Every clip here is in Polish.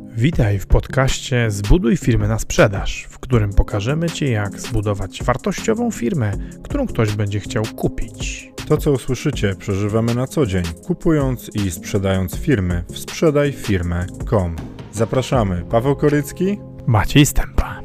Witaj w podcaście Zbuduj firmę na sprzedaż, w którym pokażemy Ci, jak zbudować wartościową firmę, którą ktoś będzie chciał kupić. To, co usłyszycie, przeżywamy na co dzień, kupując i sprzedając firmy w sprzedajfirmę.com. Zapraszamy, Paweł Korycki, Maciej Stępa.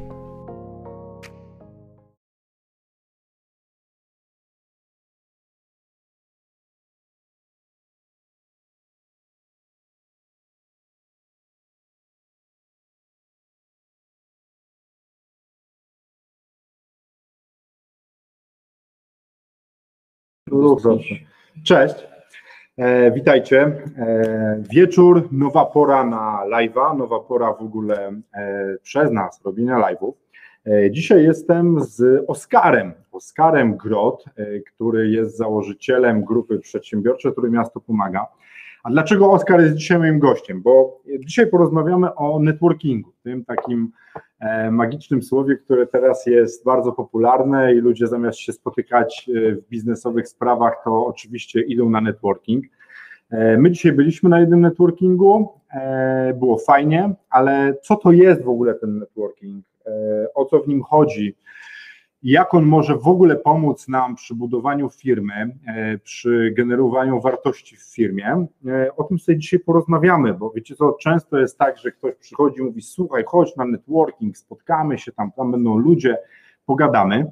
Cześć, witajcie. Wieczór, nowa pora na live'a, nowa pora w ogóle przez nas robienia live'ów. Dzisiaj jestem z Oskarem Grot, który jest założycielem grupy przedsiębiorczej, której miasto pomaga. A dlaczego Oskar jest dzisiaj moim gościem? Bo dzisiaj porozmawiamy o networkingu, tym takim magicznym słowie, które teraz jest bardzo popularne i ludzie zamiast się spotykać w biznesowych sprawach, to oczywiście idą na networking. My dzisiaj byliśmy na jednym networkingu, było fajnie, ale co to jest w ogóle ten networking? O co w nim chodzi? Jak on może w ogóle pomóc nam przy budowaniu firmy, przy generowaniu wartości w firmie? O tym sobie dzisiaj porozmawiamy, bo wiecie co, często jest tak, że ktoś przychodzi i mówi: słuchaj, chodź na networking, spotkamy się, tam będą ludzie, pogadamy,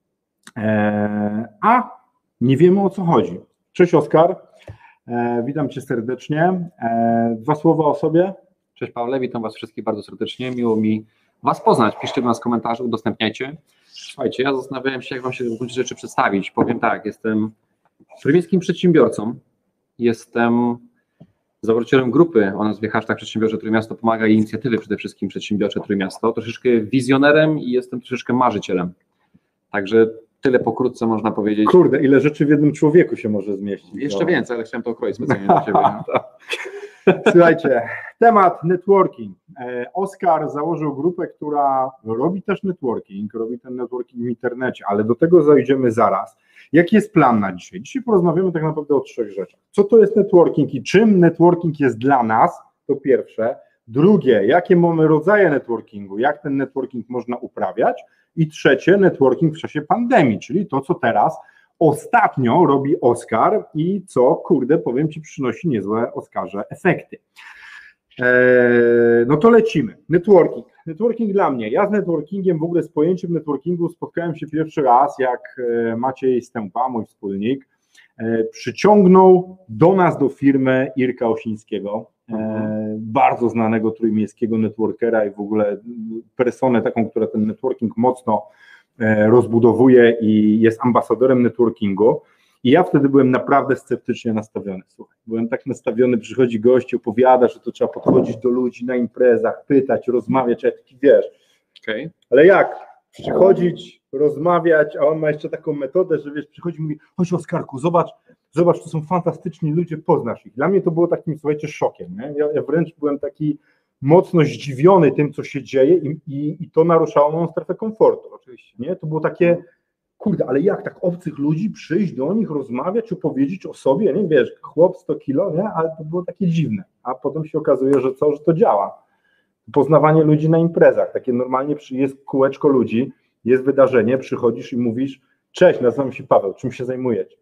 a nie wiemy, o co chodzi. Cześć Oskar, witam Cię serdecznie. Dwa słowa o sobie. Cześć Pawle, witam Was wszystkich bardzo serdecznie, miło mi Was poznać, piszcie do nas komentarze, udostępniajcie. Słuchajcie, ja zastanawiałem się, jak Wam się w gruncie rzeczy przedstawić. Powiem tak, jestem trójmiejskim przedsiębiorcą, jestem założycielem grupy o nazwie #Przedsiębiorcze Trójmiasto Pomaga i inicjatywy przede wszystkim Przedsiębiorcze Trójmiasto, troszeczkę wizjonerem i jestem troszeczkę marzycielem. Także tyle pokrótce można powiedzieć. Kurde, ile rzeczy w jednym człowieku się może zmieścić. Jeszcze więcej, ale chciałem to okroić specjalnie dla Ciebie. Słuchajcie, temat networking. Oskar założył grupę, która robi też networking, robi ten networking w internecie, ale do tego zajdziemy zaraz. Jaki jest plan na dzisiaj? Dzisiaj porozmawiamy tak naprawdę o 3 rzeczach. Co to jest networking i czym networking jest dla nas? To pierwsze. Drugie, jakie mamy rodzaje networkingu, jak ten networking można uprawiać? I trzecie, networking w czasie pandemii, czyli to, co teraz ostatnio robi Oskar i co, kurde, powiem Ci, przynosi niezłe, Oskarze, efekty. No to lecimy. Networking. Networking dla mnie. Ja z networkingiem, w ogóle z pojęciem networkingu spotkałem się pierwszy raz, jak Maciej Stępa, mój wspólnik, przyciągnął do nas, do firmy Irka Osińskiego, bardzo znanego trójmiejskiego networkera i w ogóle personę taką, która ten networking mocno rozbudowuje i jest ambasadorem networkingu. I ja wtedy byłem naprawdę sceptycznie nastawiony. Słuchaj, byłem tak nastawiony, przychodzi gość, opowiada, że to trzeba podchodzić do ludzi na imprezach, pytać, rozmawiać, a taki wiesz. Okay. Ale jak? Przychodzić, rozmawiać, a on ma jeszcze taką metodę, że wiesz, przychodzi i mówi: chodź Oskarku, zobacz, to są fantastyczni ludzie, poznasz ich. Dla mnie to było takim, słuchajcie, szokiem. Nie? Ja wręcz byłem taki mocno zdziwiony tym, co się dzieje i to naruszało moją strefę komfortu. Oczywiście, nie? To było takie, kurde, ale jak tak obcych ludzi przyjść do nich, rozmawiać, opowiedzieć o sobie, nie wiesz, chłop 100 kilo, nie? Ale to było takie dziwne, a potem się okazuje, że to działa. Poznawanie ludzi na imprezach, takie normalnie jest kółeczko ludzi, jest wydarzenie, przychodzisz i mówisz: cześć, nazywam się Paweł, czym się zajmujecie?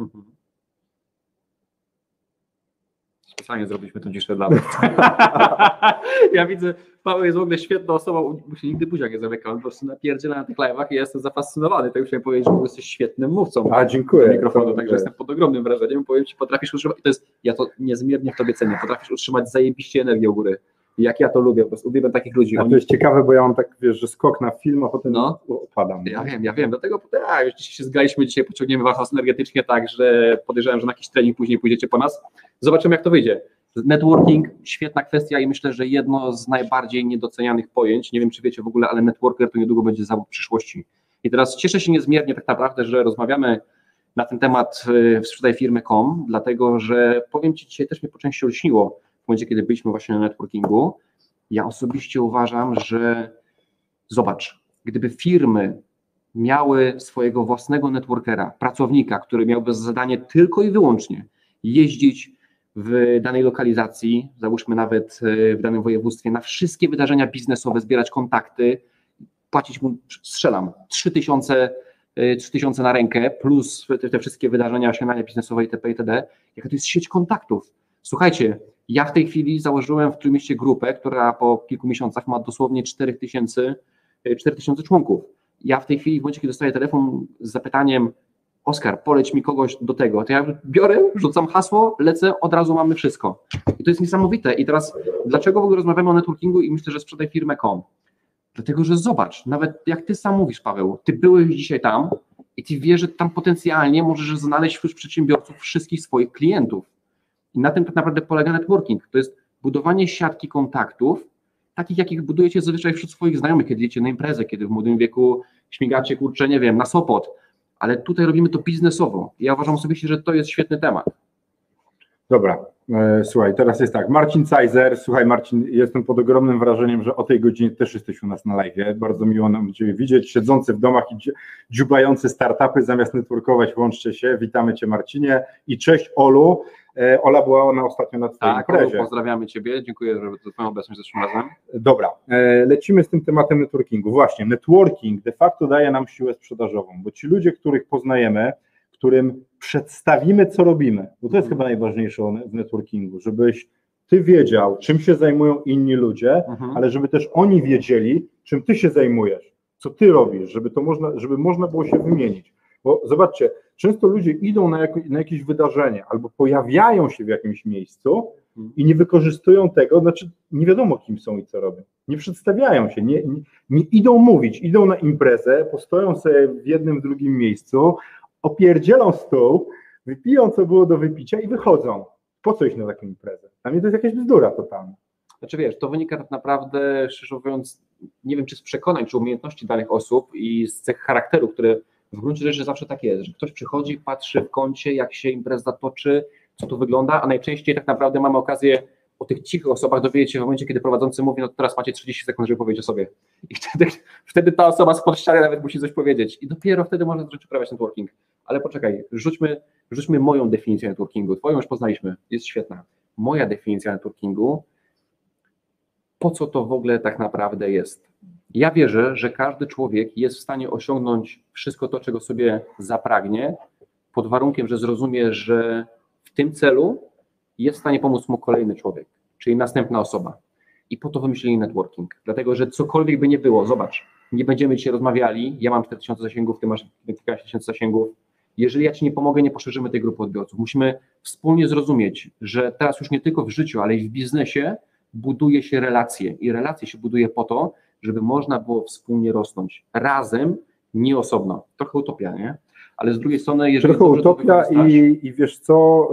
Specjalnie zrobiliśmy tę ciszę dla Was. Ja widzę, Paweł jest w ogóle świetną osobą, bo się nigdy buziak nie zamykał, po prostu napierdziela na tych live'ach i ja jestem zafascynowany. Tak już chciałem powiedzieć, że jesteś świetnym mówcą. A, dziękuję. Do mikrofonu, także jestem pod ogromnym wrażeniem. Powiem Ci, potrafisz utrzymać, ja to niezmiernie w Tobie cenię, potrafisz utrzymać zajebiście energię u góry. Jak ja to lubię, po prostu uwielbiam takich ludzi. A to jest ciekawe, bo ja mam tak, wiesz, że skok na film, a potem opadam. Ja wiem, dlatego już dzisiaj się zgraliśmy, dzisiaj pociągniemy Was energetycznie tak, że podejrzewam, że na jakiś trening później pójdziecie po nas. Zobaczymy, jak to wyjdzie. Networking, świetna kwestia i myślę, że jedno z najbardziej niedocenianych pojęć, nie wiem, czy wiecie w ogóle, ale networker to niedługo będzie zawód przyszłości. I teraz cieszę się niezmiernie tak naprawdę, że rozmawiamy na ten temat w sprzedajfirmy.com, dlatego że powiem Ci, dzisiaj też mnie po części olśniło w momencie, kiedy byliśmy właśnie na networkingu. Ja osobiście uważam, że zobacz, gdyby firmy miały swojego własnego networkera, pracownika, który miałby za zadanie tylko i wyłącznie jeździć w danej lokalizacji, załóżmy nawet w danym województwie, na wszystkie wydarzenia biznesowe, zbierać kontakty, płacić mu, strzelam, 3000 na rękę, plus te wszystkie wydarzenia, osiągania biznesowe itp. itd. Jaka to jest sieć kontaktów? Słuchajcie, ja w tej chwili założyłem w Trójmieście grupę, która po kilku miesiącach ma dosłownie 4000 członków. Ja w tej chwili, w momencie, kiedy dostaję telefon z zapytaniem: Oskar, poleć mi kogoś do tego, to ja biorę, rzucam hasło, lecę, od razu mamy wszystko. I to jest niesamowite. I teraz dlaczego w ogóle rozmawiamy o networkingu i myślę, że sprzedaj firmę.com? Dlatego, że zobacz, nawet jak ty sam mówisz, Paweł, ty byłeś dzisiaj tam i ty wiesz, że tam potencjalnie możesz znaleźć wśród przedsiębiorców wszystkich swoich klientów. I na tym tak naprawdę polega networking. To jest budowanie siatki kontaktów, takich jakich budujecie zazwyczaj wśród swoich znajomych, kiedy idziecie na imprezę, kiedy w młodym wieku śmigacie, kurczę, nie wiem, na Sopot. Ale tutaj robimy to biznesowo. Ja uważam osobiście, że to jest świetny temat. Dobra, słuchaj, teraz jest tak, Marcin Cajzer, słuchaj Marcin, jestem pod ogromnym wrażeniem, że o tej godzinie też jesteś u nas na live, bardzo miło nam Cię widzieć, siedzący w domach i dziubający startupy, zamiast networkować, łączcie się, witamy Cię Marcinie i cześć Olu, Ola była ona ostatnio na Twojej imprezie. Tak, pozdrawiamy Ciebie, dziękuję za Twoją obecność zeszłym razem. Dobra, lecimy z tym tematem networkingu. Właśnie, networking de facto daje nam siłę sprzedażową, bo ci ludzie, których poznajemy, którym przedstawimy, co robimy, bo to jest chyba najważniejsze w networkingu, żebyś ty wiedział, czym się zajmują inni ludzie, ale żeby też oni wiedzieli, czym ty się zajmujesz, co ty robisz, żeby można było się wymienić. Bo zobaczcie, często ludzie idą na jakieś wydarzenie albo pojawiają się w jakimś miejscu i nie wykorzystują tego, znaczy nie wiadomo, kim są i co robią. Nie przedstawiają się, nie idą mówić, idą na imprezę, postoją sobie w jednym, w drugim miejscu, opierdzielą stół, wypiją, co było do wypicia i wychodzą. Po co iść na taką imprezę? Dla mnie to jest jakaś bzdura totalna. Znaczy wiesz, to wynika tak naprawdę, szczerze mówiąc, nie wiem czy z przekonań, czy umiejętności danych osób i z cech charakteru, które w gruncie rzeczy zawsze tak jest, że ktoś przychodzi, patrzy w kącie, jak się impreza toczy, co tu wygląda, a najczęściej tak naprawdę mamy okazję o tych cichych osobach dowiedzieć się w momencie, kiedy prowadzący mówi: no teraz macie 30 sekund, żeby powiedzieć o sobie. I wtedy ta osoba spod ściany nawet musi coś powiedzieć. I dopiero wtedy można zacząć uprawiać networking. Ale poczekaj, rzućmy moją definicję networkingu. Twoją już poznaliśmy, jest świetna. Moja definicja networkingu, po co to w ogóle tak naprawdę jest? Ja wierzę, że każdy człowiek jest w stanie osiągnąć wszystko to, czego sobie zapragnie, pod warunkiem, że zrozumie, że w tym celu jest w stanie pomóc mu kolejny człowiek, czyli następna osoba. I po to wymyślili networking. Dlatego, że cokolwiek by nie było, zobacz, nie będziemy dzisiaj rozmawiali, ja mam 4000 zasięgów, ty masz kilkadziesiąt tysięcy zasięgów. Jeżeli ja ci nie pomogę, nie poszerzymy tej grupy odbiorców. Musimy wspólnie zrozumieć, że teraz już nie tylko w życiu, ale i w biznesie buduje się relacje. I relacje się buduje po to, żeby można było wspólnie rosnąć. Razem, nie osobno. Trochę utopia, nie? Ale z drugiej strony, jeżeli... Trochę utopia i wiesz co...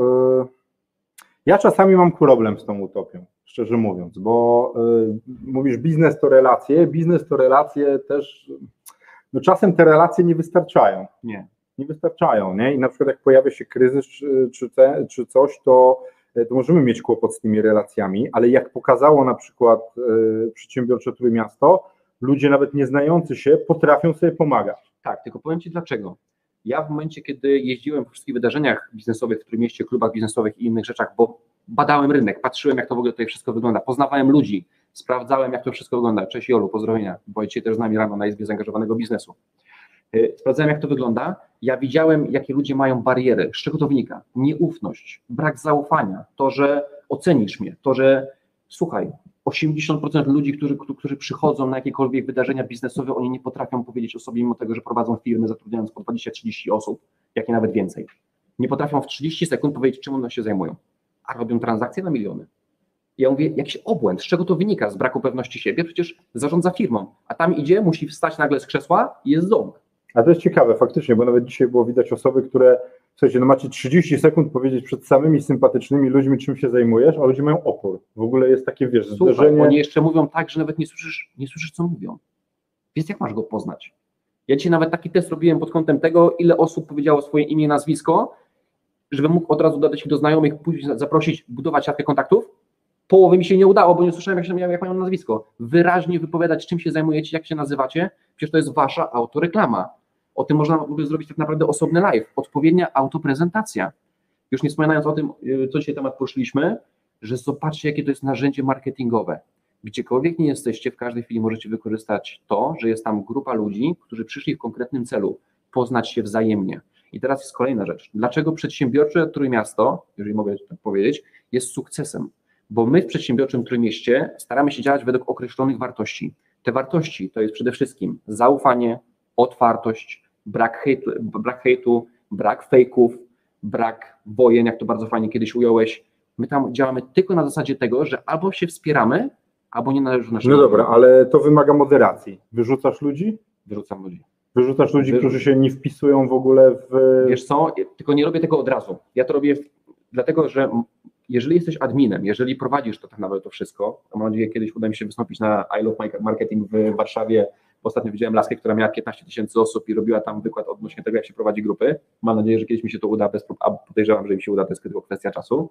Ja czasami mam problem z tą utopią, szczerze mówiąc, bo mówisz biznes to relacje też, no czasem te relacje nie wystarczają. Nie wystarczają, nie? I na przykład jak pojawia się kryzys czy coś, to możemy mieć kłopot z tymi relacjami, ale jak pokazało na przykład przedsiębiorcze Trójmiasto, ludzie nawet nie znający się potrafią sobie pomagać. Tak, tylko powiem Ci dlaczego. Ja w momencie, kiedy jeździłem po wszystkich wydarzeniach biznesowych w Trójmieście, klubach biznesowych i innych rzeczach, bo badałem rynek, patrzyłem, jak to w ogóle tutaj wszystko wygląda, poznawałem ludzi, sprawdzałem, jak to wszystko wygląda. Cześć Jolu, pozdrowienia, bo dzisiaj też z nami rano na Izbie Zaangażowanego Biznesu. Sprawdzałem, jak to wygląda. Ja widziałem, jakie ludzie mają bariery. Z czego to wynika? Nieufność, brak zaufania, to, że ocenisz mnie, to, że słuchaj, 80% ludzi, którzy przychodzą na jakiekolwiek wydarzenia biznesowe, oni nie potrafią powiedzieć o sobie, mimo tego, że prowadzą firmy, zatrudniając po 20-30 osób, jak i nawet więcej. Nie potrafią w 30 sekund powiedzieć, czym one się zajmują, a robią transakcje na miliony. Ja mówię, jakiś obłęd, z czego to wynika? Z braku pewności siebie? Przecież zarządza firmą, a tam idzie, musi wstać nagle z krzesła i jest ząb. A to jest ciekawe faktycznie, bo nawet dzisiaj było widać osoby, które, słuchajcie, no macie 30 sekund powiedzieć przed samymi sympatycznymi ludźmi, czym się zajmujesz, a ludzie mają opór. W ogóle jest takie, wiesz, zderzenie. Oni jeszcze mówią tak, że nawet nie słyszysz, co mówią. Więc jak masz go poznać? Ja dzisiaj nawet taki test robiłem pod kątem tego, ile osób powiedziało swoje imię i nazwisko, żebym mógł od razu dodać ich do znajomych, później zaprosić, budować siatkę kontaktów. Połowy mi się nie udało, bo nie słyszałem, jak mają nazwisko. Wyraźnie wypowiadać, czym się zajmujecie, jak się nazywacie, przecież to jest wasza autoreklama. O tym można w ogóle zrobić tak naprawdę osobny live. Odpowiednia autoprezentacja. Już nie wspominając o tym, co dzisiaj temat poruszyliśmy, że zobaczcie, jakie to jest narzędzie marketingowe. Gdziekolwiek nie jesteście, w każdej chwili możecie wykorzystać to, że jest tam grupa ludzi, którzy przyszli w konkretnym celu, poznać się wzajemnie. I teraz jest kolejna rzecz. Dlaczego przedsiębiorcze Trójmiasto, jeżeli mogę tak powiedzieć, jest sukcesem? Bo my w przedsiębiorczym Trójmieście staramy się działać według określonych wartości. Te wartości to jest przede wszystkim zaufanie, otwartość, brak hejtu, brak fejków, brak wojen, jak to bardzo fajnie kiedyś ująłeś. My tam działamy tylko na zasadzie tego, że albo się wspieramy, albo nie należy do naszego. No dobra, ale to wymaga moderacji. Wyrzucasz ludzi? Wyrzucam ludzi. Wyrzucasz ludzi, którzy się nie wpisują w ogóle w... Wiesz co, tylko nie robię tego od razu. Ja to robię dlatego, że jeżeli jesteś adminem, jeżeli prowadzisz to tak naprawdę to wszystko, to mam nadzieję, kiedyś uda mi się wystąpić na I Love Marketing w Warszawie. Ostatnio widziałem laskę, która miała 15 000 osób i robiła tam wykład odnośnie tego, jak się prowadzi grupy. Mam nadzieję, że kiedyś mi się to uda, a podejrzewam, że mi się uda, to jest tylko kwestia czasu.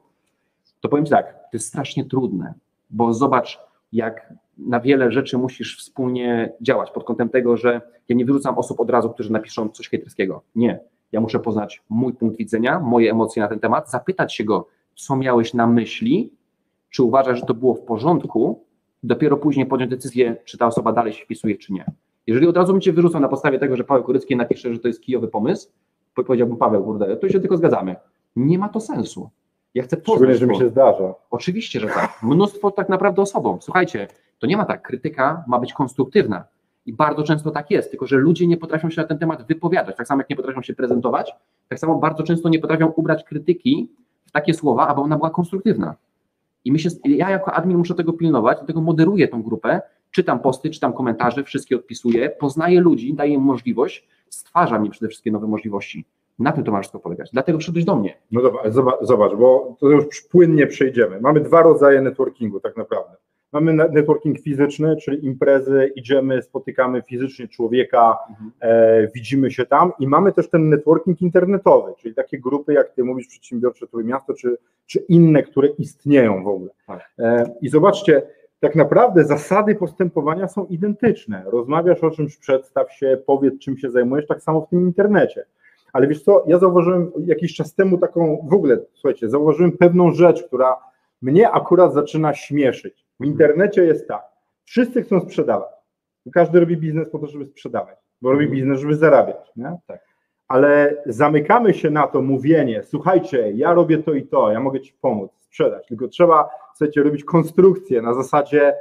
To powiem Ci tak, to jest strasznie trudne, bo zobacz, jak na wiele rzeczy musisz wspólnie działać pod kątem tego, że ja nie wyrzucam osób od razu, którzy napiszą coś hejterskiego. Nie. Ja muszę poznać mój punkt widzenia, moje emocje na ten temat, zapytać się go, co miałeś na myśli, czy uważasz, że to było w porządku, dopiero później podjąć decyzję, czy ta osoba dalej się wpisuje, czy nie. Jeżeli od razu mi Cię wyrzucą na podstawie tego, że Paweł Korycki napisze, że to jest kijowy pomysł, powiedziałbym, Paweł, kurde, to się tylko zgadzamy. Nie ma to sensu. Ja chcę poznać. Szczególnie, że mi się zdarza. Oczywiście, że tak. Mnóstwo tak naprawdę osobom. Słuchajcie, to nie ma tak. Krytyka ma być konstruktywna. I bardzo często tak jest, tylko że ludzie nie potrafią się na ten temat wypowiadać. Tak samo jak nie potrafią się prezentować, tak samo bardzo często nie potrafią ubrać krytyki w takie słowa, aby ona była konstruktywna. I ja jako admin muszę tego pilnować, dlatego moderuję tą grupę, czytam posty, czytam komentarze, wszystkie odpisuję, poznaję ludzi, daję im możliwość, stwarza mi przede wszystkim nowe możliwości. Na tym to ma wszystko polegać. Dlatego przyszedłeś do mnie. No dobra, zobacz, bo to już płynnie przejdziemy. Mamy dwa rodzaje networkingu tak naprawdę. Mamy networking fizyczny, czyli imprezy, idziemy, spotykamy fizycznie człowieka, widzimy się tam, i mamy też ten networking internetowy, czyli takie grupy, jak Ty mówisz, Przedsiębiorcze Trójmiasto, czy inne, które istnieją w ogóle. Tak. I zobaczcie, tak naprawdę zasady postępowania są identyczne. Rozmawiasz o czymś, przedstaw się, powiedz, czym się zajmujesz, tak samo w tym internecie. Ale wiesz co, ja zauważyłem jakiś czas temu słuchajcie, zauważyłem pewną rzecz, która mnie akurat zaczyna śmieszyć. W internecie jest tak, wszyscy chcą sprzedawać. Każdy robi biznes po to, żeby sprzedawać, bo robi biznes, żeby zarabiać. Nie? Tak. Ale zamykamy się na to mówienie, słuchajcie, ja robię to i to, ja mogę Ci pomóc sprzedać, tylko trzeba, słuchajcie, robić konstrukcję na zasadzie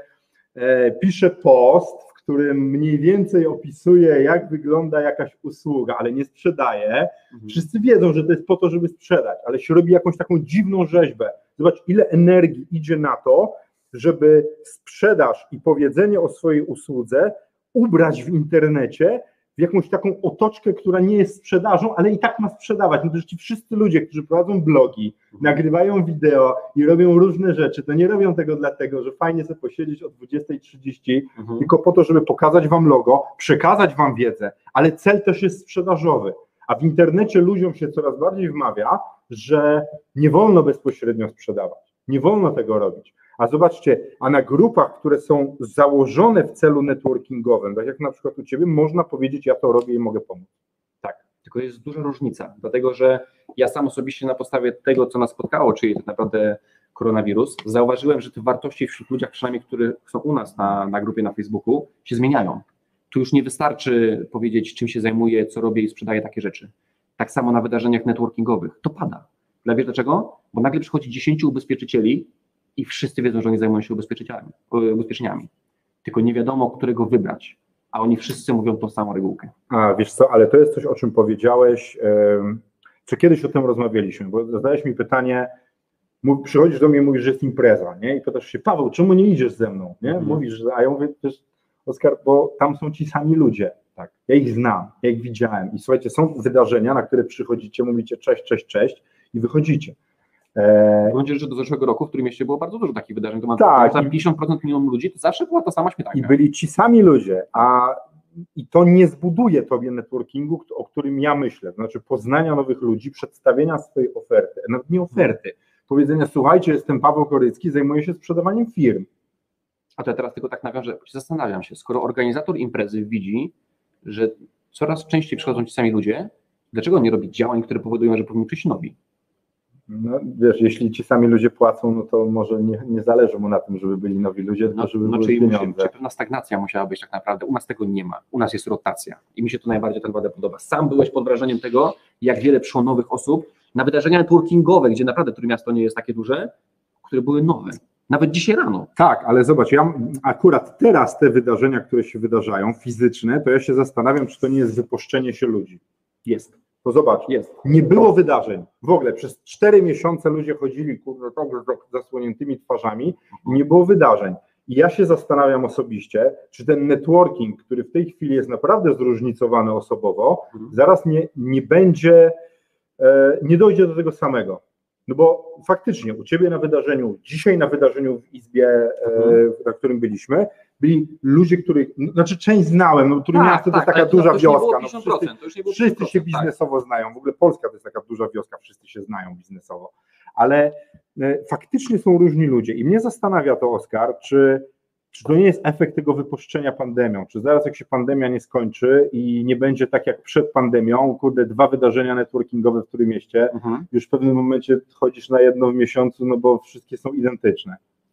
piszę post, w którym mniej więcej opisuję, jak wygląda jakaś usługa, ale nie sprzedaję. Wszyscy wiedzą, że to jest po to, żeby sprzedać, ale się robi jakąś taką dziwną rzeźbę. Zobacz, ile energii idzie na to, żeby sprzedaż i powiedzenie o swojej usłudze ubrać w internecie w jakąś taką otoczkę, która nie jest sprzedażą, ale i tak ma sprzedawać. No to ci wszyscy ludzie, którzy prowadzą blogi, nagrywają wideo i robią różne rzeczy, to nie robią tego dlatego, że fajnie sobie posiedzieć o 20:30, tylko po to, żeby pokazać Wam logo, przekazać Wam wiedzę, ale cel też jest sprzedażowy. A w internecie ludziom się coraz bardziej wmawia, że nie wolno bezpośrednio sprzedawać. Nie wolno tego robić. A zobaczcie, a na grupach, które są założone w celu networkingowym, tak jak na przykład u Ciebie, można powiedzieć, ja to robię i mogę pomóc. Tak, tylko jest duża różnica, dlatego że ja sam osobiście na podstawie tego, co nas spotkało, czyli tak naprawdę koronawirus, zauważyłem, że te wartości wśród ludzi, przynajmniej które są u nas na grupie na Facebooku, się zmieniają. Tu już nie wystarczy powiedzieć, czym się zajmuję, co robię i sprzedaję takie rzeczy. Tak samo na wydarzeniach networkingowych. To pada. Wiesz dlaczego? Bo nagle przychodzi 10 ubezpieczycieli i wszyscy wiedzą, że oni zajmują się ubezpieczeniami. Tylko nie wiadomo, którego wybrać, a oni wszyscy mówią tą samą regułkę. A wiesz co, ale to jest coś, o czym powiedziałeś, co kiedyś o tym rozmawialiśmy, bo zadałeś mi pytanie, przychodzisz do mnie i mówisz, że jest impreza, nie? I pytasz się, Paweł, czemu nie idziesz ze mną? Nie? Mówisz, a ja mówię też, Oskar, bo tam są ci sami ludzie. Tak. Ja ich znam, ja ich widziałem. I słuchajcie, są wydarzenia, na które przychodzicie, mówicie cześć, cześć, cześć i wychodzicie. Będzie, że do zeszłego roku w Trójmieście było bardzo dużo takich wydarzeń. To ma tak, 50% minimum ludzi, to zawsze była ta sama śmietanka. I byli ci sami ludzie, i to nie zbuduje tobie networkingu, o którym ja myślę, to znaczy poznania nowych ludzi, przedstawienia swojej oferty, nawet nie oferty, powiedzenia, słuchajcie, jestem Paweł Korycki, zajmuję się sprzedawaniem firm. A to ja teraz tylko tak nawiążę, zastanawiam się, skoro organizator imprezy widzi, że coraz częściej przychodzą ci sami ludzie, dlaczego nie robi działań, które powodują, że powinni przyjść nowi? No wiesz, jeśli ci sami ludzie płacą, no to może nie zależy mu na tym, żeby byli nowi ludzie, tylko żeby były pieniądze. Czyli pewna stagnacja musiała być tak naprawdę. U nas tego nie ma. U nas jest rotacja i mi się to najbardziej tak naprawdę podoba. Sam byłeś pod wrażeniem tego, jak wiele przyszło nowych osób na wydarzenia networkingowe, gdzie naprawdę Trójmiasto nie jest takie duże, które były nowe. Nawet dzisiaj rano. Tak, ale zobacz, ja akurat teraz te wydarzenia, które się wydarzają, fizyczne, to ja się zastanawiam, czy to nie jest wypuszczenie się ludzi. Jest. To zobacz, nie było wydarzeń. W ogóle przez 4 miesiące ludzie chodzili z zasłoniętymi twarzami i nie było wydarzeń. I ja się zastanawiam osobiście, czy ten networking, który w tej chwili jest naprawdę zróżnicowany osobowo, zaraz nie będzie, nie dojdzie do tego samego. No bo faktycznie u Ciebie na wydarzeniu, dzisiaj na wydarzeniu w Izbie, na którym byliśmy, byli ludzie, których, znaczy część znałem, no Trójmiasto to jest taka duża wioska, wszyscy się biznesowo znają, w ogóle Polska to jest taka duża wioska, wszyscy się znają biznesowo, ale faktycznie są różni ludzie i mnie zastanawia to, Oskar, czy to nie jest efekt tego wypuszczenia pandemią, czy zaraz jak się pandemia nie skończy i nie będzie tak jak przed pandemią, 2 wydarzenia networkingowe w Trójmieście, już w pewnym momencie chodzisz na jedno w miesiącu, no bo wszystkie są identyczne.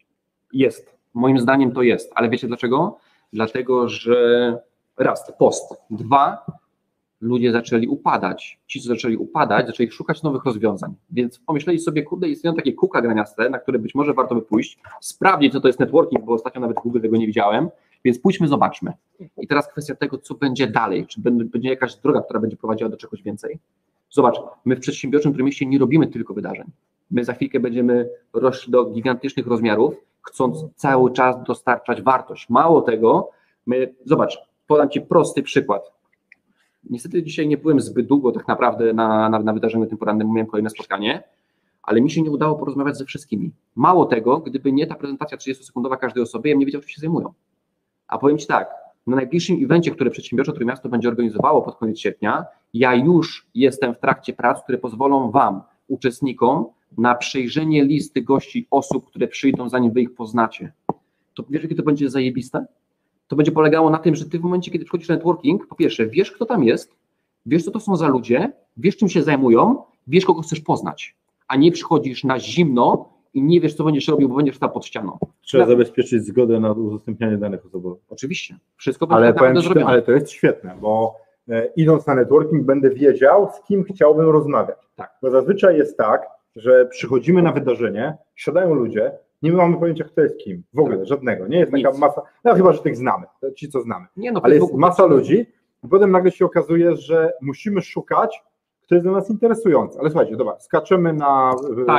Jest. Moim zdaniem to jest, ale wiecie dlaczego? Dlatego, że raz, post, 2, ludzie zaczęli upadać. Ci, co zaczęli upadać, zaczęli szukać nowych rozwiązań, więc pomyśleli sobie, istnieją takie kółka graniaste, na które być może warto by pójść, sprawdzić, co to jest networking, bo ostatnio nawet w Google tego nie widziałem, więc pójdźmy, zobaczmy. I teraz kwestia tego, co będzie dalej, czy będzie jakaś droga, która będzie prowadziła do czegoś więcej. Zobacz, my w przedsiębiorczym Trójmieście nie robimy tylko wydarzeń. My za chwilkę będziemy rośli do gigantycznych rozmiarów, chcąc cały czas dostarczać wartość. Mało tego, zobacz, podam Ci prosty przykład. Niestety dzisiaj nie byłem zbyt długo tak naprawdę na wydarzeniu tym porannym, miałem kolejne spotkanie, ale mi się nie udało porozmawiać ze wszystkimi. Mało tego, gdyby nie ta prezentacja 30-sekundowa każdej osoby, ja bym nie wiedział, czym się zajmują. A powiem Ci tak, na najbliższym evencie, które Przedsiębiorcze Trójmiasto będzie organizowało pod koniec sierpnia, ja już jestem w trakcie prac, które pozwolą Wam, uczestnikom, na przejrzenie listy gości, osób, które przyjdą, zanim Wy ich poznacie. To wiesz, jakie to będzie zajebiste? To będzie polegało na tym, że Ty w momencie, kiedy wchodzisz na networking, po pierwsze, wiesz, kto tam jest, wiesz, co to są za ludzie, wiesz, czym się zajmują, wiesz, kogo chcesz poznać, a nie przychodzisz na zimno i nie wiesz, co będziesz robił, bo będziesz stał pod ścianą. Trzeba zabezpieczyć zgodę na udostępnianie danych osobowych. Oczywiście. Wszystko będzie tak zrobione. Ale to jest świetne, bo idąc na networking będę wiedział, z kim chciałbym rozmawiać. Tak. Bo zazwyczaj jest tak, że przychodzimy na wydarzenie, siadają ludzie, nie mamy pojęcia, kto jest kim. W ogóle żadnego. Nie jest taka masa, no chyba, że tych znamy, ci co znamy. Ale jest masa ludzi i potem nagle się okazuje, że musimy szukać, kto jest dla nas interesujący. Ale słuchajcie, dobra, skaczemy na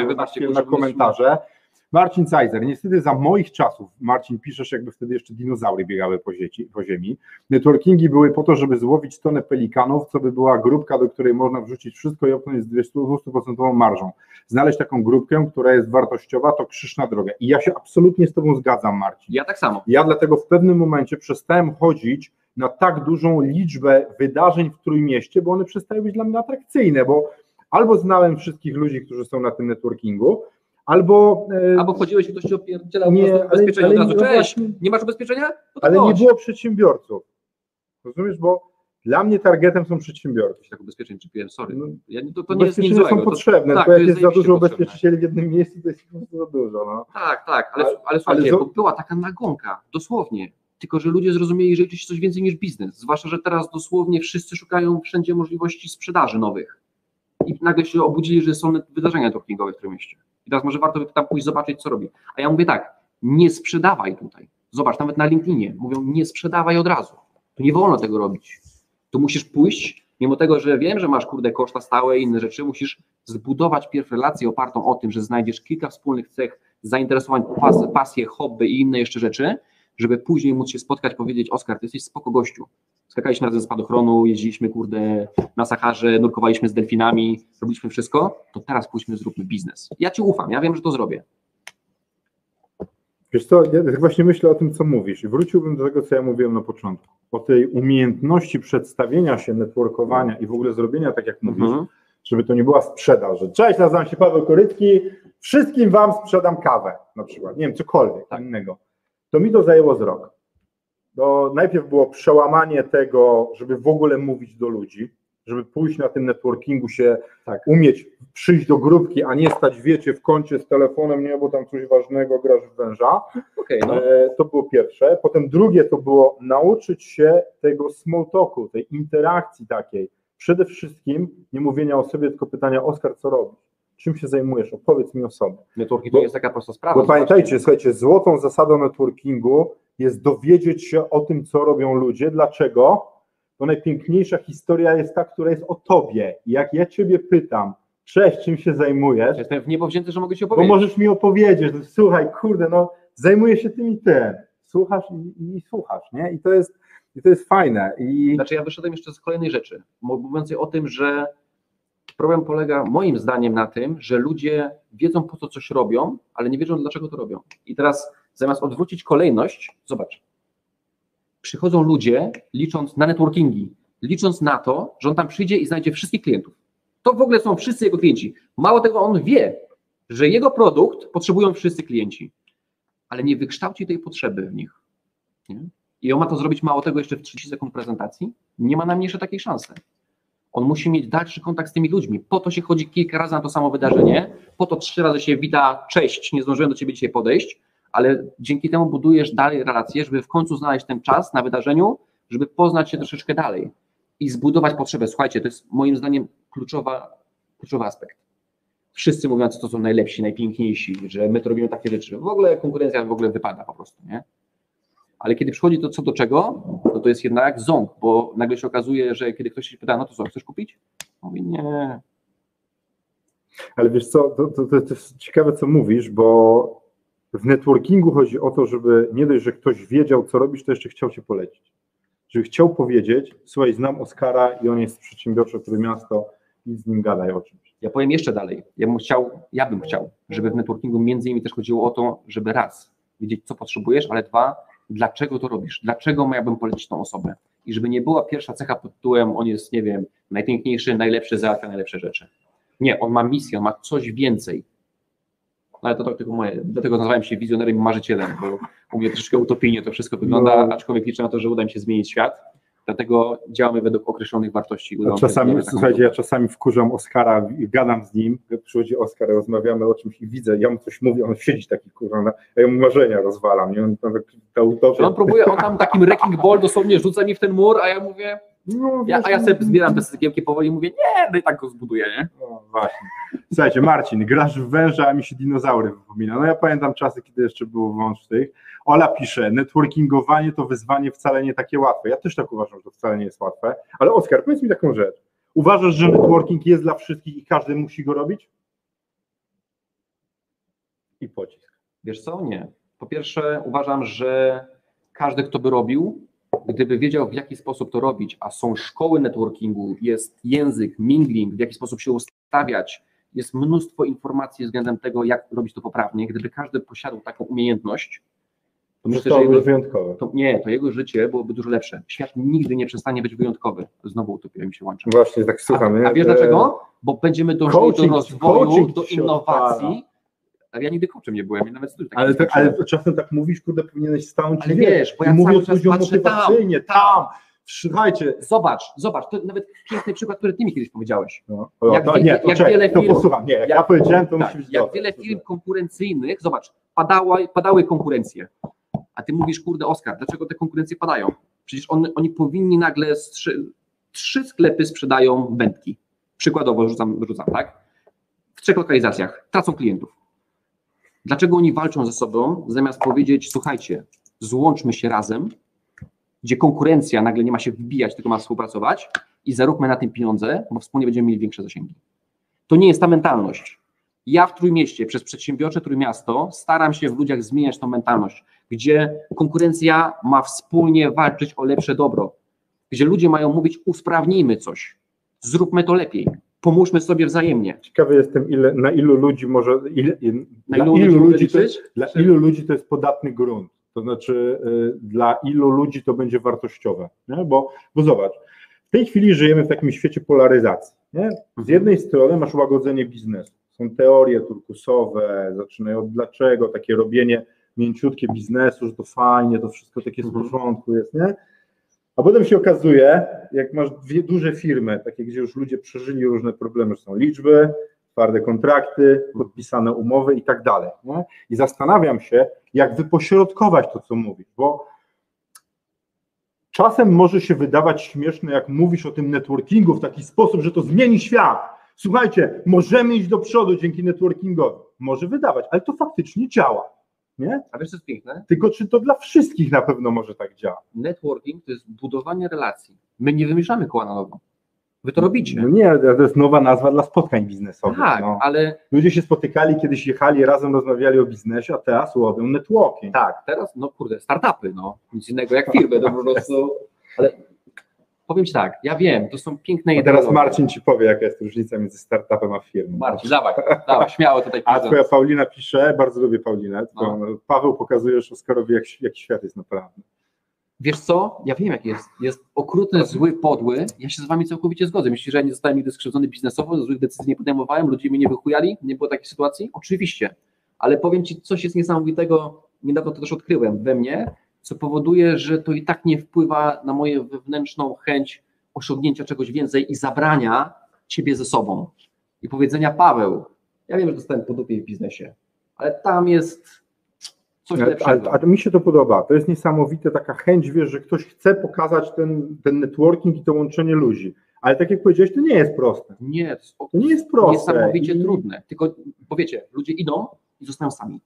komentarze. Marcin Cajzer, niestety za moich czasów, Marcin, piszesz, jakby wtedy jeszcze dinozaury biegały po ziemi. Networkingi były po to, żeby złowić tonę pelikanów, co by była grupka, do której można wrzucić wszystko i opnąć z 200% marżą. Znaleźć taką grupkę, która jest wartościowa, to krzyż na drogę. I ja się absolutnie z Tobą zgadzam, Marcin. Ja tak samo. Ja dlatego w pewnym momencie przestałem chodzić na tak dużą liczbę wydarzeń w Trójmieście, bo one przestały być dla mnie atrakcyjne, bo albo znałem wszystkich ludzi, którzy są na tym networkingu, albo wchodziłeś i ktoś ci opierdzielał ubezpieczenie od razu. Cześć, nie masz ubezpieczenia? Ale nie było przedsiębiorców. Rozumiesz, bo dla mnie targetem są przedsiębiorcy. Tak, ubezpieczeń czy PM, sorry. To nie jest nic złego. Są potrzebne, tylko jak jest za dużo ubezpieczycieli w jednym miejscu, to jest po prostu za dużo. No. Tak, ale słuchajcie, bo była taka nagonka, dosłownie. Tylko że ludzie zrozumieli, że liczy się coś więcej niż biznes. Zwłaszcza, że teraz dosłownie wszyscy szukają wszędzie możliwości sprzedaży nowych. I nagle się obudzili, że są wydarzenia networkingowe w Trójmieście. I teraz może warto by tam pójść zobaczyć, co robi. A ja mówię tak, nie sprzedawaj tutaj. Zobacz, nawet na LinkedInie mówią, nie sprzedawaj od razu. To nie wolno tego robić. Tu musisz pójść, mimo tego, że wiem, że masz koszta stałe i inne rzeczy, musisz zbudować pierw relację opartą o tym, że znajdziesz kilka wspólnych cech, zainteresowań, pasje, hobby i inne jeszcze rzeczy, żeby później móc się spotkać, powiedzieć, Oskar, ty jesteś spoko gościu. Skakaliśmy razem z spadochronu, jeździliśmy na Saharze, nurkowaliśmy z delfinami, robiliśmy wszystko, to teraz pójdźmy, zróbmy biznes. Ja Ci ufam, ja wiem, że to zrobię. Wiesz co, ja właśnie myślę o tym, co mówisz i wróciłbym do tego, co ja mówiłem na początku. O tej umiejętności przedstawienia się, networkowania i w ogóle zrobienia, tak jak mówisz, żeby to nie była sprzedaż, że cześć, nazywam się Paweł Korycki, wszystkim Wam sprzedam kawę, na przykład, nie wiem, cokolwiek innego. To mi to zajęło z rok. Najpierw było przełamanie tego, żeby w ogóle mówić do ludzi, żeby pójść na tym networkingu się umieć przyjść do grupki, a nie stać, wiecie, w kącie z telefonem, nie, bo tam coś ważnego, grasz w węża. Okay, no. To było pierwsze. Potem drugie to było nauczyć się tego small talku, tej interakcji takiej. Przede wszystkim nie mówienia o sobie, tylko pytania: Oskar, co robisz? Czym się zajmujesz? Opowiedz mi o sobie. Networking to jest taka prosta sprawa. Bo pamiętajcie, słuchajcie, złotą zasadą networkingu jest dowiedzieć się o tym, co robią ludzie. Dlaczego? Bo najpiękniejsza historia jest ta, która jest o tobie. I jak ja ciebie pytam: cześć, czym się zajmujesz? Jestem w niebo wzięty, że mogę ci opowiedzieć. Bo możesz mi opowiedzieć, że słuchaj, kurde, no zajmuję się tym i tym. Słuchasz i słuchasz, nie? I to jest fajne. Znaczy ja wyszedłem jeszcze z kolejnej rzeczy, mówiącej o tym, że problem polega moim zdaniem na tym, że ludzie wiedzą, po co coś robią, ale nie wiedzą, dlaczego to robią. I teraz zamiast odwrócić kolejność, zobacz, przychodzą ludzie licząc na networkingi, licząc na to, że on tam przyjdzie i znajdzie wszystkich klientów. To w ogóle są wszyscy jego klienci. Mało tego, on wie, że jego produkt potrzebują wszyscy klienci, ale nie wykształci tej potrzeby w nich. Nie? I on ma to zrobić, mało tego, jeszcze w 30 sekund prezentacji, nie ma najmniejszej takiej szansy. On musi mieć dalszy kontakt z tymi ludźmi. Po to się chodzi kilka razy na to samo wydarzenie, po to 3 razy się wita: cześć, nie zdążyłem do ciebie dzisiaj podejść, ale dzięki temu budujesz dalej relacje, żeby w końcu znaleźć ten czas na wydarzeniu, żeby poznać się troszeczkę dalej i zbudować potrzebę. Słuchajcie, to jest moim zdaniem kluczowy aspekt. Wszyscy mówią, że to są najlepsi, najpiękniejsi, że my to robimy takie rzeczy. W ogóle konkurencja w ogóle wypada po prostu, nie? Ale kiedy przychodzi to co do czego, to jest jednak ząb, bo nagle się okazuje, że kiedy ktoś się pyta: no to co, chcesz kupić? Mówi: nie. Ale wiesz co, to jest ciekawe, co mówisz, bo w networkingu chodzi o to, żeby nie dość, że ktoś wiedział, co robisz, to jeszcze chciał cię polecić. Żeby chciał powiedzieć: słuchaj, znam Oskara i on jest przedsiębiorczy, który miasto, i z nim gadaj o czymś. Ja powiem jeszcze dalej. Ja bym chciał, żeby w networkingu między innymi też chodziło o to, żeby raz wiedzieć, co potrzebujesz, ale 2, dlaczego to robisz, dlaczego miałbym polecić tą osobę. I żeby nie była pierwsza cecha pod tytułem: on jest, nie wiem, najpiękniejszy, najlepszy, załatwia najlepsze rzeczy. Nie, on ma misję, on ma coś więcej. No ale to tylko moje, dlatego nazywałem się wizjonerem i marzycielem, bo u mnie troszkę utopijnie to wszystko wygląda, aczkolwiek liczę na to, że uda mi się zmienić świat. Dlatego działamy według określonych wartości. Czasami, słuchajcie, ja czasami wkurzam Oskara i gadam z nim, przychodzi Oskar, rozmawiamy o czymś i widzę, ja mu coś mówię, on siedzi taki, kurwa, a ja mu marzenia rozwalam. I on tam takim wrecking ball dosłownie rzuca mi w ten mur, a ja mówię, ja sobie zbieram te cegiełki powoli i mówię: nie, no i tak go zbuduję, nie? No właśnie. Słuchajcie, Marcin, grasz w węża, a mi się dinozaury wypomina. No ja pamiętam czasy, kiedy jeszcze było wąż tych. Ola pisze: networkingowanie to wyzwanie wcale nie takie łatwe. Ja też tak uważam, że to wcale nie jest łatwe. Ale Oskar, powiedz mi taką rzecz. Uważasz, że networking jest dla wszystkich i każdy musi go robić? I pocisk. Wiesz co? Nie. Po pierwsze, uważam, że każdy, kto by robił, gdyby wiedział, w jaki sposób to robić, a są szkoły networkingu, jest język, mingling, w jaki sposób się ustawiać, jest mnóstwo informacji względem tego, jak robić to poprawnie. Gdyby każdy posiadał taką umiejętność, to myślę, że wyjątkowe. To jego życie byłoby dużo lepsze. Świat nigdy nie przestanie być wyjątkowy. Znowu utopia mi się łączy. Właśnie, tak słucham. A wiesz dlaczego? Bo będziemy dążyli do rozwoju, do innowacji. Ale ja nigdy coachem nie byłem, nawet studiów. Ale czasem tak mówisz, kurde, powinieneś stanąć. Ale wiesz, bo ja mówię cały czas ludziom patrzę motywacyjnie, tam. Słuchajcie. Zobacz, to nawet piękny przykład, który ty mi kiedyś powiedziałeś. Posłucham. Ja powiedziałem, to musi być jak wiele firm konkurencyjnych, zobacz, padały konkurencje, a ty mówisz: kurde, Oskar, dlaczego te konkurencje padają? Przecież oni powinni nagle 3 sklepy sprzedają wędki. Przykładowo rzucam, tak? W 3 lokalizacjach tracą klientów. Dlaczego oni walczą ze sobą, zamiast powiedzieć: słuchajcie, złączmy się razem, gdzie konkurencja nagle nie ma się wbijać, tylko ma współpracować i zaróbmy na tym pieniądze, bo wspólnie będziemy mieli większe zasięgi. To nie jest ta mentalność. Ja w Trójmieście, przez przedsiębiorcze Trójmiasto, staram się w ludziach zmieniać tą mentalność, gdzie konkurencja ma wspólnie walczyć o lepsze dobro, gdzie ludzie mają mówić: usprawnijmy coś, zróbmy to lepiej, pomóżmy sobie wzajemnie. Ciekawy jestem, na ilu ludzi może, dla ilu ludzi to jest podatny grunt, to znaczy dla ilu ludzi to będzie wartościowe, nie? Bo zobacz, w tej chwili żyjemy w takim świecie polaryzacji, nie? Z jednej strony masz łagodzenie biznesu, są teorie turkusowe, zaczynają od dlaczego, takie robienie mięciutkie biznesu, że to fajnie, to wszystko takie z porządku jest, nie? A potem się okazuje, jak masz dwie duże firmy, takie, gdzie już ludzie przeżyli różne problemy, że są liczby, twarde kontrakty, podpisane umowy i tak dalej. Nie? I zastanawiam się, jak wypośrodkować to, co mówisz, bo czasem może się wydawać śmieszne, jak mówisz o tym networkingu w taki sposób, że to zmieni świat. Słuchajcie, możemy iść do przodu dzięki networkingowi. Może wydawać, ale to faktycznie działa. Nie? A wiesz, co jest piękne? Tylko czy to dla wszystkich na pewno może tak działa? Networking to jest budowanie relacji. My nie wymyślamy koła na nowo. Wy to robicie. No nie, to jest nowa nazwa dla spotkań biznesowych. Tak, no. ale Ludzie się spotykali, kiedyś jechali, razem rozmawiali o biznesie, a teraz łowią networking. tak, teraz, no kurde, startupy, no, nic innego jak firmy, to po prostu, ale powiem Ci tak, ja wiem, to są piękne A teraz ideologie. Marcin Ci powie, jaka jest różnica między startupem a firmą. Marcin, dawaj, śmiało tutaj. A prezent. twoja Paulina pisze, bardzo lubię Paulinę, No. Paweł, pokazujesz Oskarowi, jaki świat jest naprawdę. Wiesz co, ja wiem jak jest okrutny, zły, podły, ja się z Wami całkowicie zgodzę. Myślisz, że ja nie zostałem nigdy skrzywdzony biznesowo, złych decyzji nie podejmowałem, ludzie mnie nie wychujali, nie było takiej sytuacji? Oczywiście, ale powiem Ci, coś jest niesamowitego, niedawno to też odkryłem we mnie, co powoduje, że to i tak nie wpływa na moją wewnętrzną chęć osiągnięcia czegoś więcej i zabrania Ciebie ze sobą. I powiedzenia, Paweł, ja wiem, że dostałem po dupie w biznesie, ale tam jest coś lepszego. A mi się to podoba, to jest niesamowite, taka chęć, wiesz, że ktoś chce pokazać ten networking i to łączenie ludzi, ale tak jak powiedziałeś, to nie jest proste. Nie, To nie jest proste. niesamowicie I- trudne. Tylko powiecie, ludzie idą i zostają sami.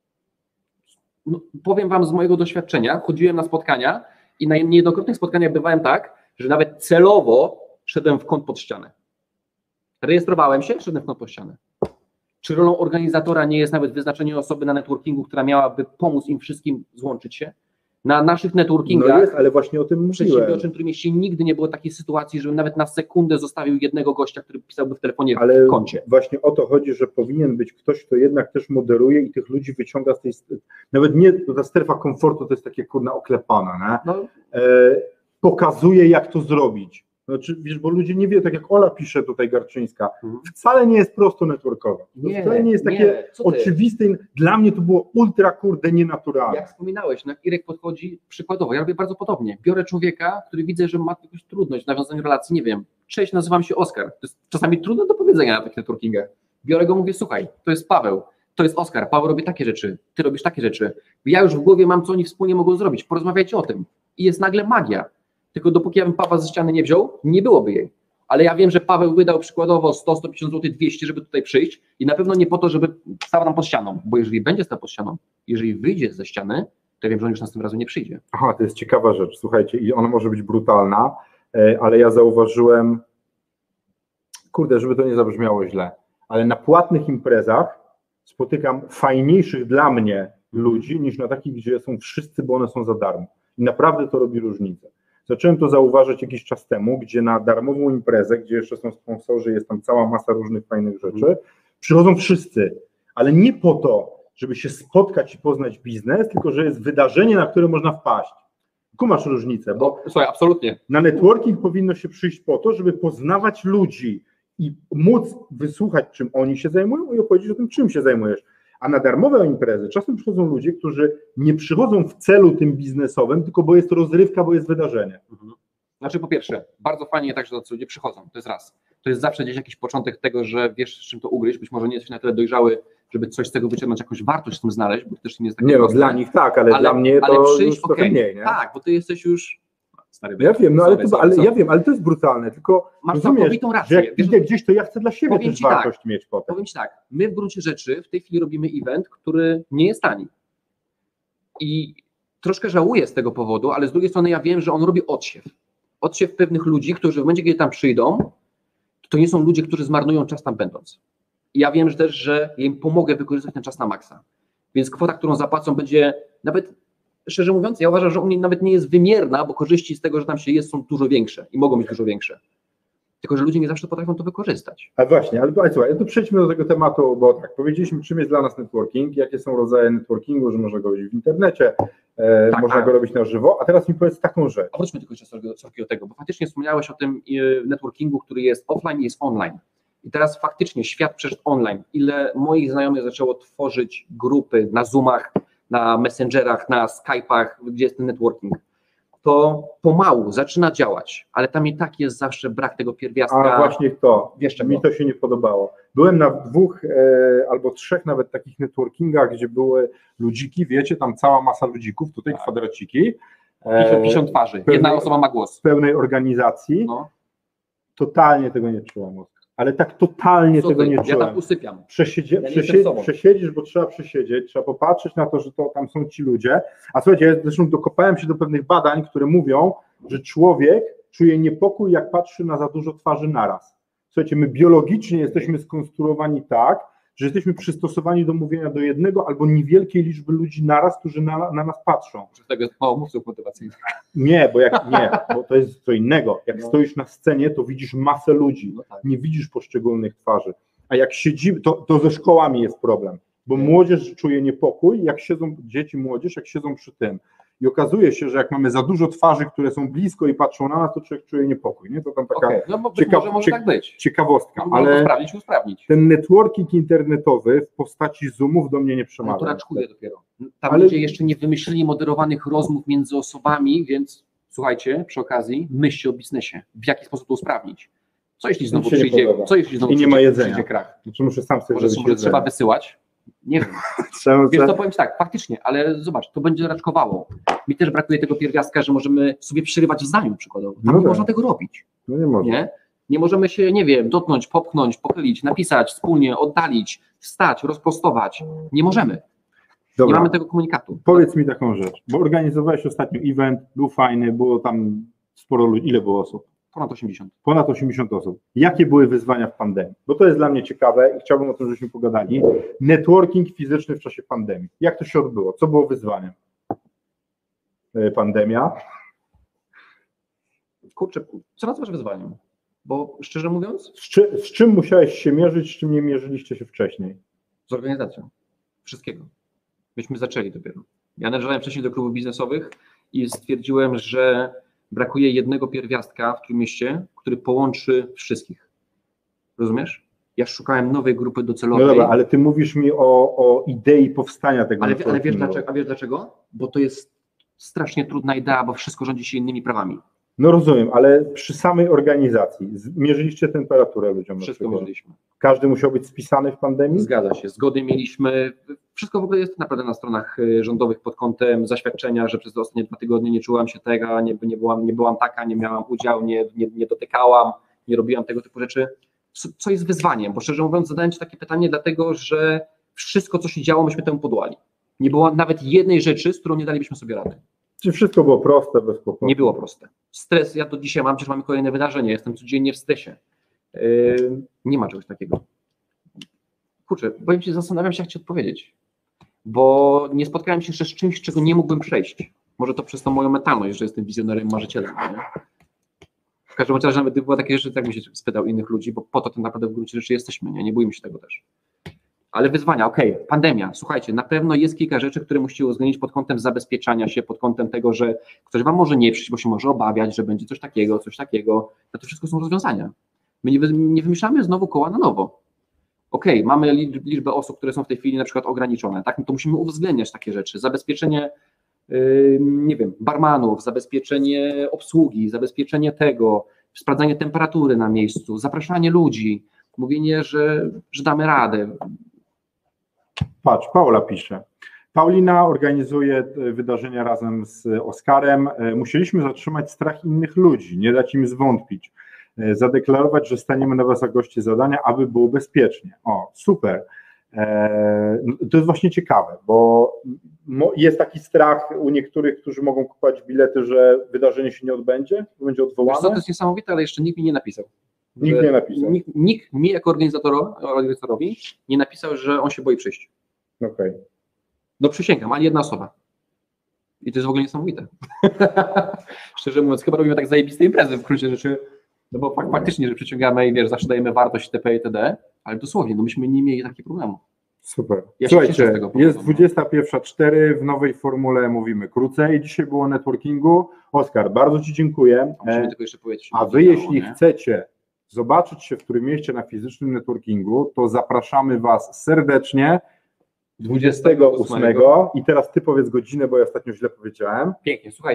No, powiem Wam z mojego doświadczenia, chodziłem na spotkania i na niejednokrotnych spotkaniach bywałem tak, że nawet celowo szedłem w kąt pod ścianę. Rejestrowałem się, szedłem w kąt pod ścianę. Czy rolą organizatora nie jest nawet wyznaczenie osoby na networkingu, która miałaby pomóc im wszystkim złączyć się? Na naszych networkingach No jest, ale właśnie o tym mówiłem. przedsiębiorczym, w którym mieście nigdy nie było takiej sytuacji, żebym nawet na sekundę zostawił jednego gościa, który pisałby w telefonie Ale w koncie. właśnie o to chodzi, że powinien być ktoś, kto jednak też moderuje i tych ludzi wyciąga z tej... Nawet nie, to ta strefa komfortu to jest takie kurna oklepana, nie? No, Pokazuje, jak to zrobić. Znaczy, wiesz, bo ludzie nie wiedzą, tak jak Ola pisze tutaj Garczyńska, wcale nie jest prosto networkowo. To wcale nie jest takie co ty? oczywiste. Dla mnie to było ultra kurde nienaturalne. Jak wspominałeś, no, Irek podchodzi przykładowo, ja robię bardzo podobnie. Biorę człowieka, który widzę, że ma jakąś trudność w nawiązaniu relacji, nie wiem, cześć, nazywam się Oskar. To jest czasami trudne do powiedzenia na takich networkingach. Biorę go, mówię, słuchaj, to jest Paweł, to jest Oskar, Paweł robi takie rzeczy, ty robisz takie rzeczy. Ja już w głowie mam, co oni wspólnie mogą zrobić, porozmawiajcie o tym. I jest nagle magia. Tylko dopóki ja bym Pawła ze ściany nie wziął, nie byłoby jej. Ale ja wiem, że Paweł wydał przykładowo 100, 150 zł, 200, żeby tutaj przyjść i na pewno nie po to, żeby stał tam pod ścianą, bo jeżeli będzie stał pod ścianą, jeżeli wyjdzie ze ściany, to ja wiem, że on już następnym razem nie przyjdzie. Aha, to jest ciekawa rzecz, słuchajcie, i ona może być brutalna, ale ja zauważyłem, kurde, żeby to nie zabrzmiało źle, ale na płatnych imprezach spotykam fajniejszych dla mnie ludzi niż na takich, gdzie są wszyscy, bo one są za darmo. I naprawdę to robi różnicę. Zacząłem to zauważyć jakiś czas temu, gdzie na darmową imprezę, gdzie jeszcze są sponsorzy, jest tam cała masa różnych fajnych rzeczy, przychodzą wszyscy, ale nie po to, żeby się spotkać i poznać biznes, tylko że jest wydarzenie, na które można wpaść. Kumasz różnicę, bo Słuchaj, absolutnie. na networking powinno się przyjść po to, żeby poznawać ludzi i móc wysłuchać, czym oni się zajmują i opowiedzieć o tym, czym się zajmujesz. A na darmowe imprezy czasem przychodzą ludzie, którzy nie przychodzą w celu tym biznesowym, tylko bo jest rozrywka, bo jest wydarzenie. Znaczy po pierwsze, bardzo fajnie tak, że tacy ludzie przychodzą, to jest raz. To jest zawsze gdzieś jakiś początek tego, że wiesz, z czym to ugryźć, być może nie jesteś na tyle dojrzały, żeby coś z tego wyciągnąć, jakąś wartość w tym znaleźć, bo to też nie jest takie Nie no, proste. dla nich tak, ale dla mnie to przyjść, już trochę mniej, nie? Tak, bo ty jesteś już stary. Ja wiem, no ale, sorry. ja wiem, ale to jest brutalne, tylko Masz rozumiesz, całkowitą rację. że jak Wiesz, idę gdzieś, to ja chcę dla siebie powiem też ci tak, wartość mieć potem. Powiem Ci tak, my w gruncie rzeczy w tej chwili robimy event, który nie jest tani. I troszkę żałuję z tego powodu, ale z drugiej strony ja wiem, że on robi odsiew. Odsiew pewnych ludzi, którzy w momencie, kiedy tam przyjdą, to nie są ludzie, którzy zmarnują czas tam będąc. I ja wiem że też, że im pomogę wykorzystać ten czas na maksa. Więc kwota, którą zapłacą, będzie nawet, szczerze mówiąc, ja uważam, że u mnie nawet nie jest wymierna, bo korzyści z tego, że tam się jest, są dużo większe i mogą być dużo większe. Tylko że ludzie nie zawsze potrafią to wykorzystać. A właśnie, ale słuchaj, to przejdźmy do tego tematu, bo tak, powiedzieliśmy, czym jest dla nas networking, jakie są rodzaje networkingu, że można go robić w internecie, można go robić na żywo, a teraz mi powiedz taką rzecz. A wróćmy tylko jeszcze do tego, bo faktycznie wspomniałeś o tym networkingu, który jest offline i jest online. I teraz faktycznie świat przeszedł online. Ile moich znajomych zaczęło tworzyć grupy na Zoomach, na Messengerach, na Skype'ach, gdzie jest ten networking. to pomału zaczyna działać, ale tam i tak jest zawsze brak tego pierwiastka. A właśnie to, Wiesz czego? mi to się nie podobało. Byłem na 2 albo 3 nawet takich networkingach, gdzie były ludziki, wiecie, tam cała masa ludzików, tutaj kwadraciki. 50 twarzy, jedna osoba ma głos. W pełnej organizacji. No. Totalnie tego nie czułem. Ale tak totalnie tego nie Ja czułem. tam usypiam. Przesiedzieć, jestem bo trzeba przesiedzieć, trzeba popatrzeć na to, że to tam są ci ludzie. A słuchajcie, ja zresztą dokopałem się do pewnych badań, które mówią, że człowiek czuje niepokój, jak patrzy na za dużo twarzy naraz. Słuchajcie, my biologicznie jesteśmy skonstruowani tak, że jesteśmy przystosowani do mówienia do jednego albo niewielkiej liczby ludzi naraz, którzy na nas patrzą. Przez tego jest mało mówców motywacyjnych. Nie, bo to jest co innego. Jak stoisz na scenie, to widzisz masę ludzi, No tak. nie widzisz poszczególnych twarzy. A jak siedzimy, to ze szkołami jest problem, bo młodzież czuje niepokój, jak siedzą dzieci, młodzież, jak siedzą przy tym. I okazuje się, że jak mamy za dużo twarzy, które są blisko i patrzą na nas, to człowiek czuje niepokój. Nie? To tam taka No bo być może tak być. ciekawostka. Można to Ale sprawdzić i usprawnić. ten networking internetowy w postaci Zoomów do mnie nie No przemawia. to raczkuje dopiero. Tam Ale- ludzie jeszcze nie wymyślili moderowanych rozmów między osobami, więc słuchajcie, przy okazji, myślcie o biznesie. W jaki sposób to usprawnić? Co jeśli znowu się nie przyjdzie, podoba. co jeśli znowu I nie ma jedzenia. przyjdzie krach? Znaczy muszę sam sobie Może zrobić trzeba jedzenie. wysyłać? Nie wiem. Trzeba- Wiesz, to powiem ci tak, faktycznie, ale zobacz, to będzie raczkowało. Mi też brakuje tego pierwiastka, że możemy sobie przerywać w zdaniu przykładowo. Tam No nie tak. można tego robić. No nie można. Nie? Nie możemy się, nie wiem, dotknąć, popchnąć, pochylić, napisać wspólnie, oddalić, wstać, rozprostować. Nie możemy. Nie Dobra. mamy tego komunikatu. Powiedz mi taką rzecz, bo organizowałeś ostatnio event, był fajny, było tam sporo ludzi. Ile było osób? Ponad 80. Ponad 80 osób. Jakie były wyzwania w pandemii? Bo to jest dla mnie ciekawe i chciałbym o tym, żebyśmy pogadali. Networking fizyczny w czasie pandemii. Jak to się odbyło? Co było wyzwaniem? Pandemia. Kurczę, co nazywasz wyzwaniem? Bo szczerze mówiąc, Z czym musiałeś się mierzyć, z czym nie mierzyliście się wcześniej? z organizacją. Wszystkiego. Myśmy zaczęli dopiero. Ja należałem wcześniej do klubów biznesowych i stwierdziłem, że brakuje jednego pierwiastka w Trójmieście, który połączy wszystkich. Rozumiesz? Ja szukałem nowej grupy No docelowej. dobra, ale ty mówisz mi o idei powstania tego Ale wiesz networkingu. dlaczego? A wiesz dlaczego? Bo to jest strasznie trudna idea, bo wszystko rządzi się innymi prawami. No rozumiem, ale przy samej organizacji mierzyliście temperaturę ludziom? na Wszystko przykład? mierzyliśmy. Każdy musiał być spisany w pandemii? Zgadza się. Zgody mieliśmy. Wszystko w ogóle jest naprawdę na stronach rządowych pod kątem zaświadczenia, że przez ostatnie 2 tygodnie nie czułam się tego, nie byłam taka, nie miałam udziału, nie dotykałam, nie robiłam tego typu rzeczy. Co jest wyzwaniem? Bo szczerze mówiąc, zadałem Ci takie pytanie, dlatego że wszystko, co się działo, myśmy temu podołali. Nie było nawet jednej rzeczy, z którą nie dalibyśmy sobie rady. Czy wszystko było proste, bez kłopotu? Nie było proste. Stres, ja do dzisiaj mam, przecież mamy kolejne wydarzenie, jestem codziennie w stresie. Nie ma czegoś takiego. Kurczę, powiem Ci, zastanawiam się, jak Ci odpowiedzieć, bo nie spotkałem się jeszcze z czymś, czego nie mógłbym przejść. Może to przez tą moją mentalność, że jestem wizjonerem, marzycielem. Nie? W każdym razie nawet gdyby była takie rzeczy, tak bym się spytał innych ludzi, bo po to tak naprawdę w gruncie rzeczy jesteśmy, nie bójmy się tego też. Ale wyzwania, okej, pandemia, słuchajcie, na pewno jest kilka rzeczy, które musicie uwzględnić pod kątem zabezpieczania się, pod kątem tego, że ktoś Wam może nie przyjść, bo się może obawiać, że będzie coś takiego, to wszystko są rozwiązania. My nie wymyślamy znowu koła na nowo. Okej, mamy liczbę osób, które są w tej chwili na przykład ograniczone, tak? No to musimy uwzględniać takie rzeczy, zabezpieczenie, nie wiem, barmanów, zabezpieczenie obsługi, zabezpieczenie tego, sprawdzanie temperatury na miejscu, zapraszanie ludzi, mówienie, że damy radę. Patrz, Paula pisze. Paulina organizuje wydarzenia razem z Oskarem. Musieliśmy zatrzymać strach innych ludzi, nie dać im zwątpić. Zadeklarować, że staniemy na wysokości zadania, aby było bezpiecznie. O, super. To jest właśnie ciekawe, bo jest taki strach u niektórych, którzy mogą kupować bilety, że wydarzenie się nie odbędzie, będzie Wiesz odwołane. co, to jest niesamowite, ale jeszcze nikt mi nie napisał. Nikt nie napisał. Nikt mi jako organizatorowi nie napisał, że on się boi przyjść. Okej. No przysięgam, ani jedna osoba. I to jest w ogóle niesamowite. Szczerze mówiąc, chyba robimy tak zajebiste imprezy w gruncie rzeczy, no bo faktycznie, że przyciągamy i wiesz, zawsze dajemy wartość TP i TD, ale dosłownie, no myśmy nie mieli takiego problemu. Super. Ja się cieszę z Słuchajcie, tego powodu. jest 21:04, w nowej formule mówimy krócej. Dzisiaj było networkingu. Oskar, bardzo Ci dziękuję. Musimy tylko jeszcze powiedzieć. A Wy, jeśli chcecie zobaczyć się w którym mieście na fizycznym networkingu, to zapraszamy Was serdecznie 28. I teraz Ty powiedz godzinę, bo ja ostatnio źle powiedziałem. Pięknie, słuchajcie,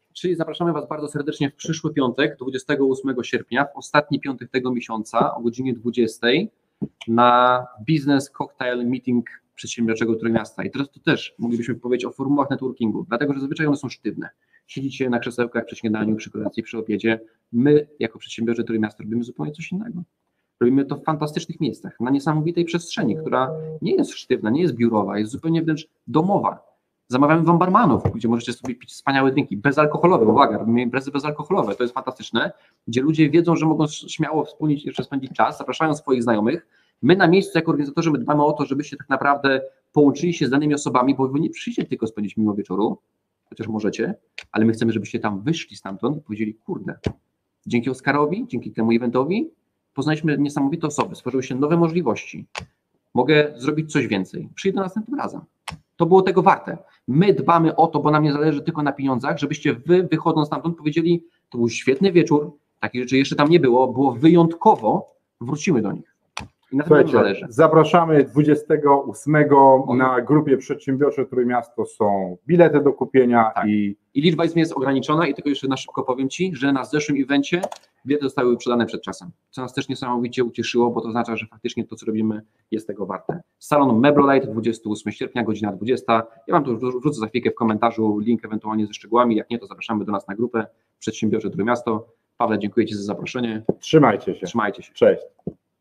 Czyli zapraszamy Was bardzo serdecznie w przyszły piątek, 28 sierpnia, w ostatni piątek tego miesiąca o godzinie 20 na Business Cocktail Meeting Przedsiębiorczego Trójmiasta. I teraz to też moglibyśmy powiedzieć o formułach networkingu, dlatego że zazwyczaj one są sztywne. Siedzicie na krzesełkach przy śniadaniu, przy kolacji, przy obiedzie. My, jako przedsiębiorcy Trójmiasta, robimy zupełnie coś innego. Robimy to w fantastycznych miejscach, na niesamowitej przestrzeni, która nie jest sztywna, nie jest biurowa, jest zupełnie wręcz domowa. Zamawiamy wam barmanów, gdzie możecie sobie pić wspaniałe drinki, bezalkoholowe, uwaga, robimy imprezy bezalkoholowe, to jest fantastyczne, gdzie ludzie wiedzą, że mogą śmiało wspólnie jeszcze spędzić czas, zapraszają swoich znajomych. My na miejscu jako organizatorzy my dbamy o to, żebyście tak naprawdę połączyli się z danymi osobami, bo wy nie przyjdziecie tylko spędzić miło wieczoru, chociaż możecie, ale my chcemy, żebyście tam wyszli stamtąd i powiedzieli, kurde, dzięki Oskarowi, dzięki temu eventowi poznaliśmy niesamowite osoby, stworzyły się nowe możliwości. Mogę zrobić coś więcej. Przyjdę następnym razem. To było tego warte. My dbamy o to, bo nam nie zależy tylko na pieniądzach, żebyście wy, wychodząc stamtąd, powiedzieli, to był świetny wieczór, takich rzeczy jeszcze tam nie było wyjątkowo, wrócimy do nich. I na tym nam zależy. Zapraszamy 28 na grupie Przedsiębiorcze Trójmiasto są bilety do kupienia tak. I liczba jest ograniczona i tylko jeszcze na szybko powiem Ci, że na zeszłym evencie bilety zostały wyprzedane przed czasem, co nas też niesamowicie ucieszyło, bo to oznacza, że faktycznie to, co robimy, jest tego warte. Salon Meblolite, 28 sierpnia, godzina 20. Ja Wam tu wrzucę za chwilkę w komentarzu link ewentualnie ze szczegółami, jak nie, to zapraszamy do nas na grupę Przedsiębiorcze Trójmiasto. Pawle, dziękuję Ci za zaproszenie. Trzymajcie się. Trzymajcie się. Cześć.